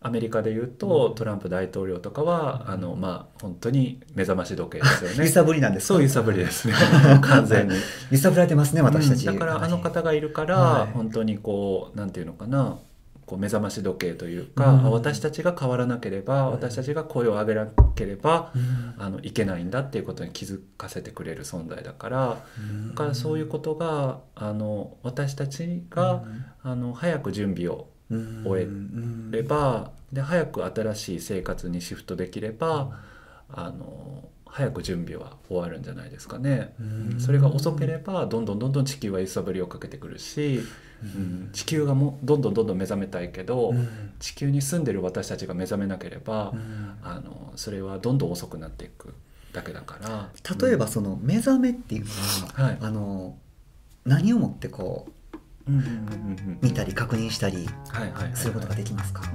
アメリカでいうと、トランプ大統領とかは本当に目覚まし時計ですよね。 揺さぶりなんですか？ そう揺さぶりですね完全に揺さぶられてますね、私たち。 だからあの方がいるから、 はい本当にこうなんていうのかな、こう目覚まし時計というか、私たちが変わらなければ、私たちが声を上げなければ、いけないんだっていうことに気づかせてくれる存在だから、だからそういうことが私たちが早く準備を終えれば、で早く新しい生活にシフトできれば、早く準備は終わるんじゃないですかね。それが遅ければどんどん地球は揺さぶりをかけてくるし、地球がもどんどん目覚めたいけど、地球に住んでる私たちが目覚めなければ、それはどんどん遅くなっていくだけだから。 例えばその目覚めっていうのは、 はい何をもってこう見たり確認したりすることができますか？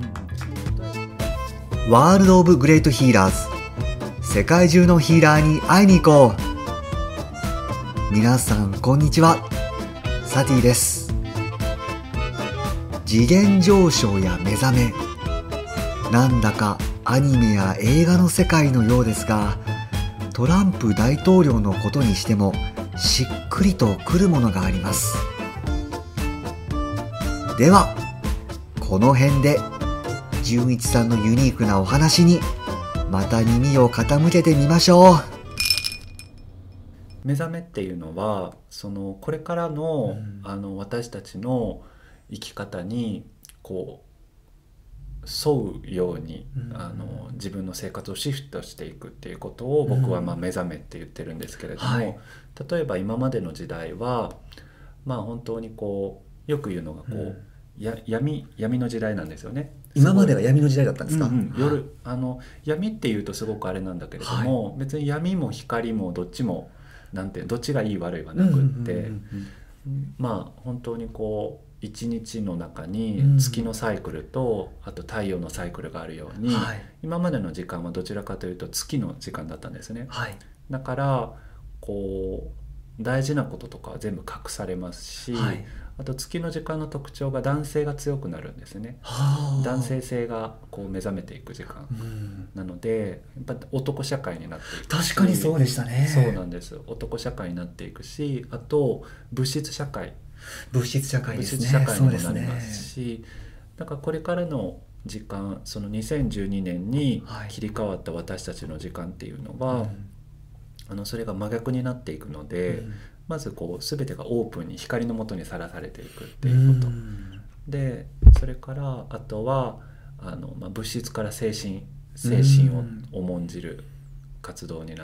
ワールド・オブ・グレート・ヒーラーズ、世界中のヒーラーに会いに行こう。皆さんこんにちは、サティです。次元上昇や目覚め、なんだかアニメや映画の世界のようですが、トランプ大統領のことにしてもしっくりとくるものがあります。ではこの辺で純一さんのユニークなお話にまた耳を傾けてみましょう。 目覚めっていうのはこれからの、私たちの生き方にこう沿うように、自分の生活をシフトしていくっていうことを僕は目覚めって言ってるんですけれども、例えば今までの時代は本当にこうよく言うのがこう、闇の時代なんですよね。 今までは闇の時代だったんですか？ 闇っていうとすごくあれなんだけれども、別に闇も光もどっちもどっちがいい悪いはなくって、本当にこう一日の中に月のサイクルと、あと太陽のサイクルがあるように、今までの時間はどちらかというと月の時間だったんですね。だからこう大事なこととかは全部隠されますし、あと月の時間の特徴が男性が強くなるんですね。男性性がこう目覚めていく時間、なのでやっぱ男社会になっていくし。 確かにそうでしたね。 そうなんです。男社会になっていくし、あと物質社会ですね。 物質社会にもなりますし、だからこれからの時間、その2012年に切り替わった私たちの時間っていうのは、それが真逆になっていくので、まずこう全てがオープンに光の下にさらされていくっていうことで、それからあとは物質から精神を重んじる活動になって、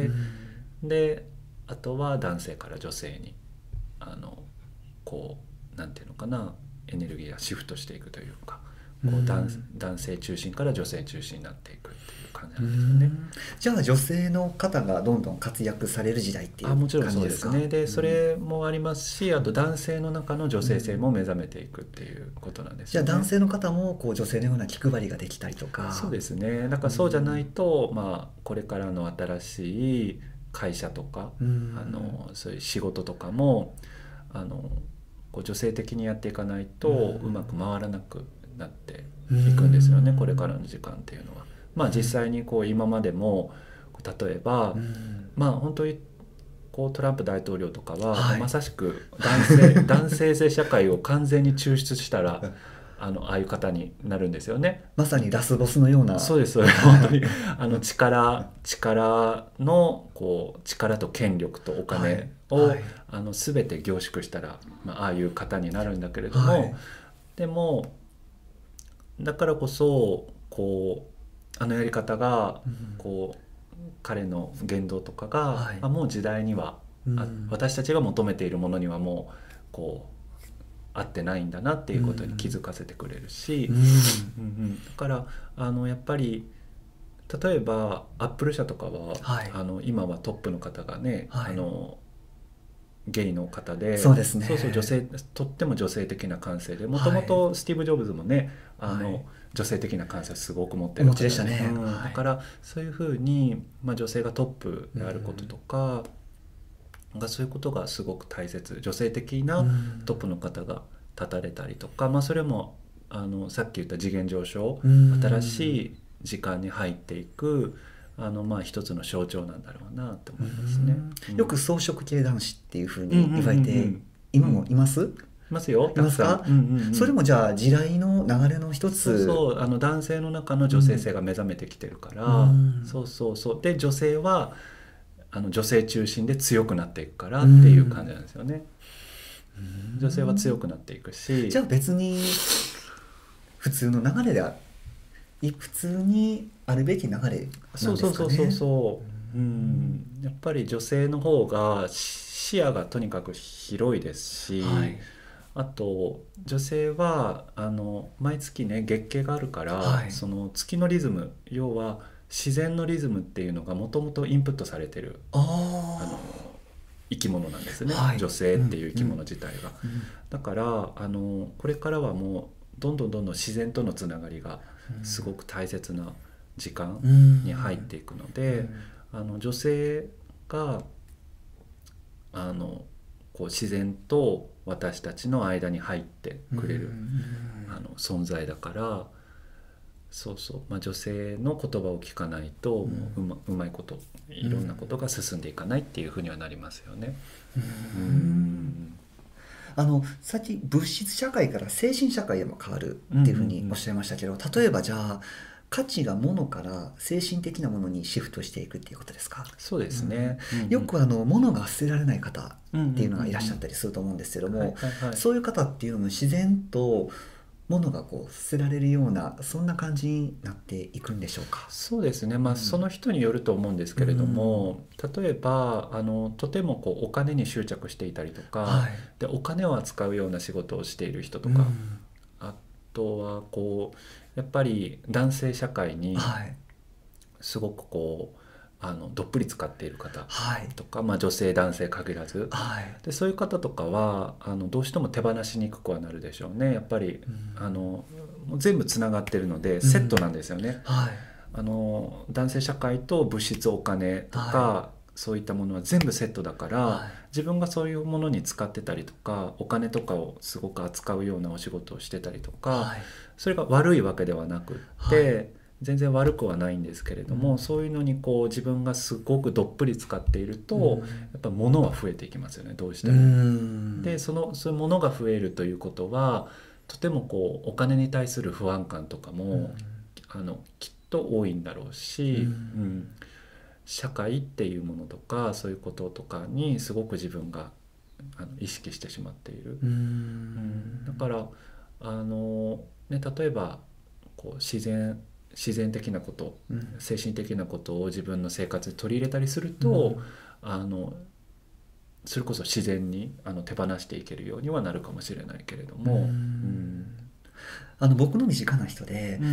であとは男性から女性にこうなんていうのかな、エネルギーがシフトしていくというか、こう男性中心から女性中心になっていくっていう感じなんですよね。 じゃあ女性の方がどんどん活躍される時代っていう感じですか？ もちろんそうですね。でそれもありますし、あと男性の中の女性性も目覚めていくっていうことなんですよね。 じゃあ男性の方もこう女性のような気配りができたりとか。 そうですね。だからそうじゃないと、これからの新しい会社とか、そういう仕事とかもこう女性的にやっていかないとうまく回らなくなっていくんですよね、これからの時間っていうのは。実際にこう今までも例えば、本当にこうトランプ大統領とかは、まさしく男性性社会を完全に抽出したらああいう方になるんですよね。 まさにラスボスのような。 そうです本当に力のこう力と権力とお金を、全て凝縮したら、ああいう方になるんだけれども、でもだからこそこうやり方がこう、彼の言動とかが、もう時代には、私たちが求めているものにはもうこう合ってないんだなっていうことに気づかせてくれるし、だからやっぱり例えばアップル社とかは、今はトップの方がね、ゲイの方で、 そうですね。 女性、とっても女性的な感性で、もともとスティーブ・ジョブズもね、女性的な感性をすごく持ってる方でしたね。 だからそういうふうに、女性がトップであることとか、そういうことがすごく大切。女性的なトップの方が立たれたりとか、それもさっき言った次元上昇、 うん新しい時間に入っていく一つの象徴なんだろうなと思いますね。 よく草食系男子っていうふうに言われて、今もいます？ いますよ、 いますか？それもじゃあ時代の流れの一つ。 そう男性の中の女性性が目覚めてきてるから、そうで女性は女性中心で強くなっていくからっていう感じなんですよね。女性は強くなっていくし、 じゃあ別に普通の流れで普通にあるべき流れなんですかね。 やっぱり女性の方が視野がとにかく広いですし、あと女性は毎月ね月経があるから、その月のリズム、要は自然のリズムっていうのがもともとインプットされてる生き物なんですね、女性っていう生き物自体が、だからこれからはもうどんどん自然とのつながりがすごく大切な時間に入っていくので、女性がこう自然と私たちの間に入ってくれる存在だから、女性の言葉を聞かないともうまいこといろんなことが進んでいかないっていうふうにはなりますよね。 さっき物質社会から精神社会へも変わるっていうふうにおっしゃいましたけど、例えばじゃあ価値が物から精神的なものにシフトしていくっていうことですか？ そうですね、 よく物が捨てられない方っていうのがいらっしゃったりすると思うんですけども、そういう方っていうのも自然と物がこう捨てられるようなそんな感じになっていくんでしょうか？ そうですね、その人によると思うんですけれども、例えばとてもこうお金に執着していたりとか、でお金を扱うような仕事をしている人とか、あとはこうやっぱり男性社会にすごくこうどっぷり使っている方とか、女性男性限らず、でそういう方とかはどうしても手放しにくくはなるでしょうね。やっぱりもう全部つながってるのでセットなんですよね。男性社会と物質お金とか、そういったものは全部セットだから、自分がそういうものに使ってたりとかお金とかをすごく扱うようなお仕事をしてたりとか、それが悪いわけではなくって、全然悪くはないんですけれども、そういうのにこう自分がすごくどっぷり使っていると、やっぱ物は増えていきますよね、どうしても。でそういう物が増えるということはとてもこうお金に対する不安感とかも、きっと多いんだろうし、社会っていうものとかそういうこととかにすごく自分が意識してしまっている。だから例えばこう自然的なこと、精神的なことを自分の生活に取り入れたりすると、それこそ自然に手放していけるようにはなるかもしれないけれども、 僕の身近な人で、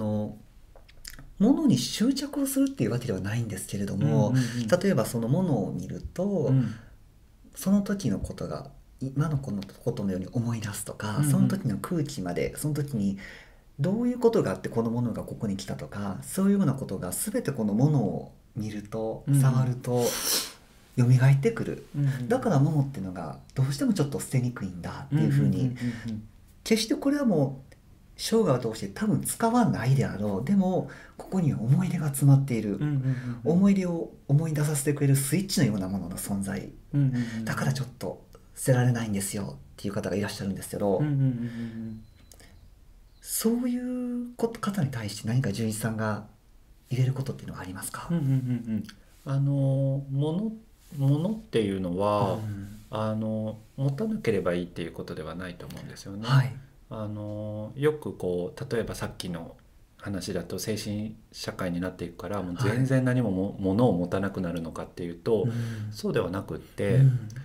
物に執着をするっていうわけではないんですけれども、例えばその物を見ると、その時のことが今のことのように思い出すとか、その時の空気まで、その時にどういうことがあってこのものがここに来たとか、そういうようなことが全てこのものを見ると、触ると蘇ってくる、だからものっていうのがどうしてもちょっと捨てにくいんだっていうふうに、決してこれはもう生涯を通して多分使わないであろう、でもここには思い出が詰まっている、思い出を思い出させてくれるスイッチのようなものの存在、だからちょっと捨てられないんですよっていう方がいらっしゃるんですけど、そういう方に対して何か純一さんが言えることっていうのはありますか？ 物っていうのは、持たなければいいっていうことではないと思うんですよね。よくこう例えばさっきの話だと精神社会になっていくからもう全然何も物を持たなくなるのかっていうと、そうではなくって、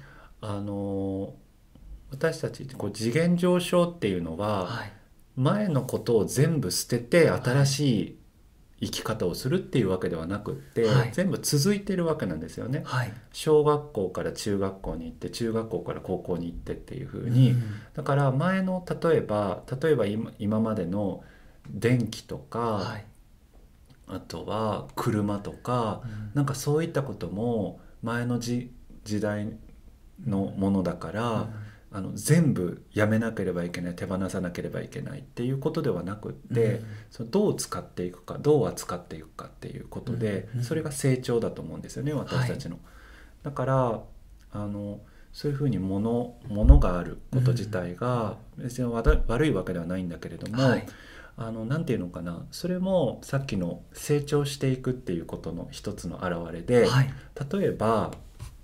私たちこう次元上昇っていうのは、前のことを全部捨てて新しい生き方をするっていうわけではなくって、全部続いてるわけなんですよね。小学校から中学校に行って、中学校から高校に行ってっていう風に、だから前の例えば今までの電気とか、あとは車とか、なんかそういったことも前の時代のものだから、 全部やめなければいけない、手放さなければいけないっていうことではなくって、そのどう使っていくか、どう扱っていくかっていうことで、それが成長だと思うんですよね、私たちの。だからそういうふうに物があること自体が別に悪いわけではないんだけれども、なんていうのかな、それもさっきの成長していくっていうことの一つの表れで、例えば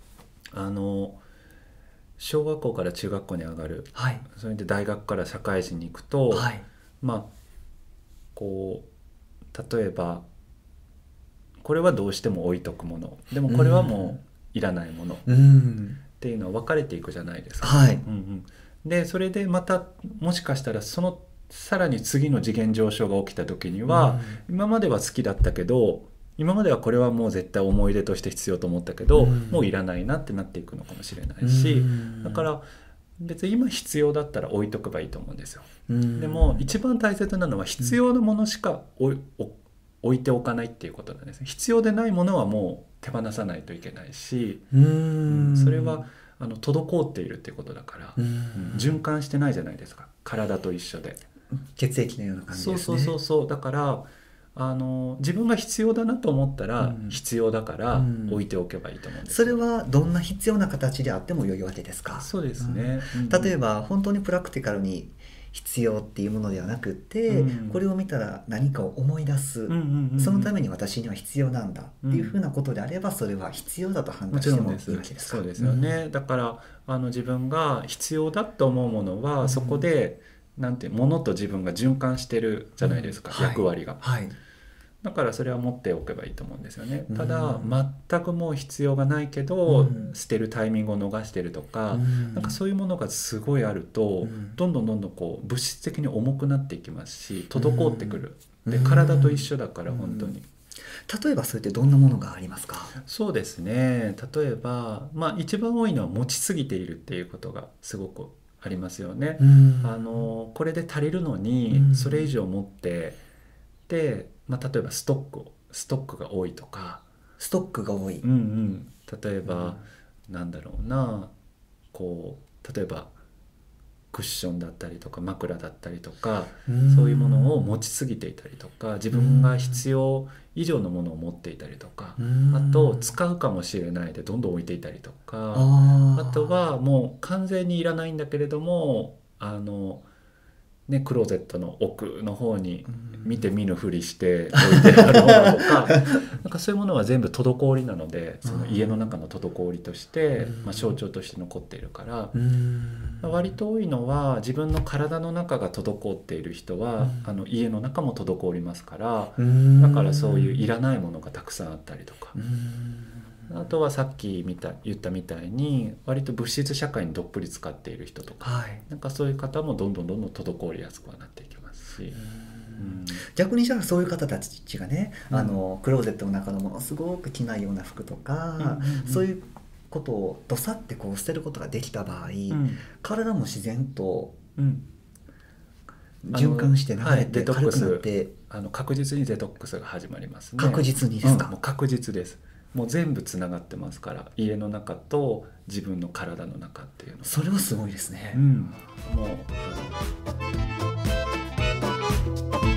小学校から中学校に上がる、それで大学から社会人に行くと、こう例えばこれはどうしても置いとくもの、でもこれはもういらないものっていうのは分かれていくじゃないですか。でそれでまたもしかしたらそのさらに次の次元上昇が起きた時には、今までは好きだったけど、今まではこれはもう絶対思い出として必要と思ったけど、もういらないなってなっていくのかもしれないし、だから別に今必要だったら置いとけばいいと思うんですよ。でも一番大切なのは必要なものしか置いておかないっていうことなんですね。必要でないものはもう手放さないといけないし、それは滞っているっていうことだから、循環してないじゃないですか、体と一緒で。 血液のような感じですね。 そうだから自分が必要だなと思ったら、必要だから置いておけばいいと思うんです。 それはどんな必要な形であっても良いわけですか？ そうですね、 例えば本当にプラクティカルに必要っていうものではなくて、これを見たら何かを思い出す、そのために私には必要なんだっていうふうなことであれば、それは必要だと判断してもいいわけですか？ そうですよね、だから自分が必要だと思うものは、そこでなんて物と自分が循環してるじゃないですか、役割が。だからそれは持っておけばいいと思うんですよね。ただ全くもう必要がないけど、捨てるタイミングを逃してるとか、なんかそういうものがすごいあると、どんどんこう物質的に重くなっていきますし、滞ってくる。で体と一緒だから本当に。 例えばそれってどんなものがありますか？ そうですね、例えば、一番多いのは持ちすぎているっていうことがすごくありますよね。これで足りるのにそれ以上持ってで、例えばストックが多いとか。 ストックが多い、 例えば、なんだろうな、こう例えばクッションだったりとか枕だったりとか、そういうものを持ちすぎていたりとか、自分が必要以上のものを持っていたりとか、あと使うかもしれないでどんどん置いていたりとか、あとはもう完全にいらないんだけれどもクローゼットの奥の方に見て見ぬふりして置いてあるものとかなんかそういうものは全部滞りなので、その家の中の滞りとして、象徴として残っているから、割と多いのは自分の体の中が滞っている人は、家の中も滞りますから、だからそういういらないものがたくさんあったりとか。あとはさっき言ったみたいに割と物質社会にどっぷり使っている人とか、なんかそういう方もどんどん滞りやすくはなっていきますし、 逆にじゃあそういう方たちがね、クローゼットの中のものすごく着ないような服とか、そういうことをどさってこう捨てることができた場合、体も自然と循環して流れて軽くなって、 確実にデトックスが始まりますね。 確実にですか？ もう確実です。もう全部つながってますから、家の中と自分の体の中っていうの。 それはすごいですね。 もう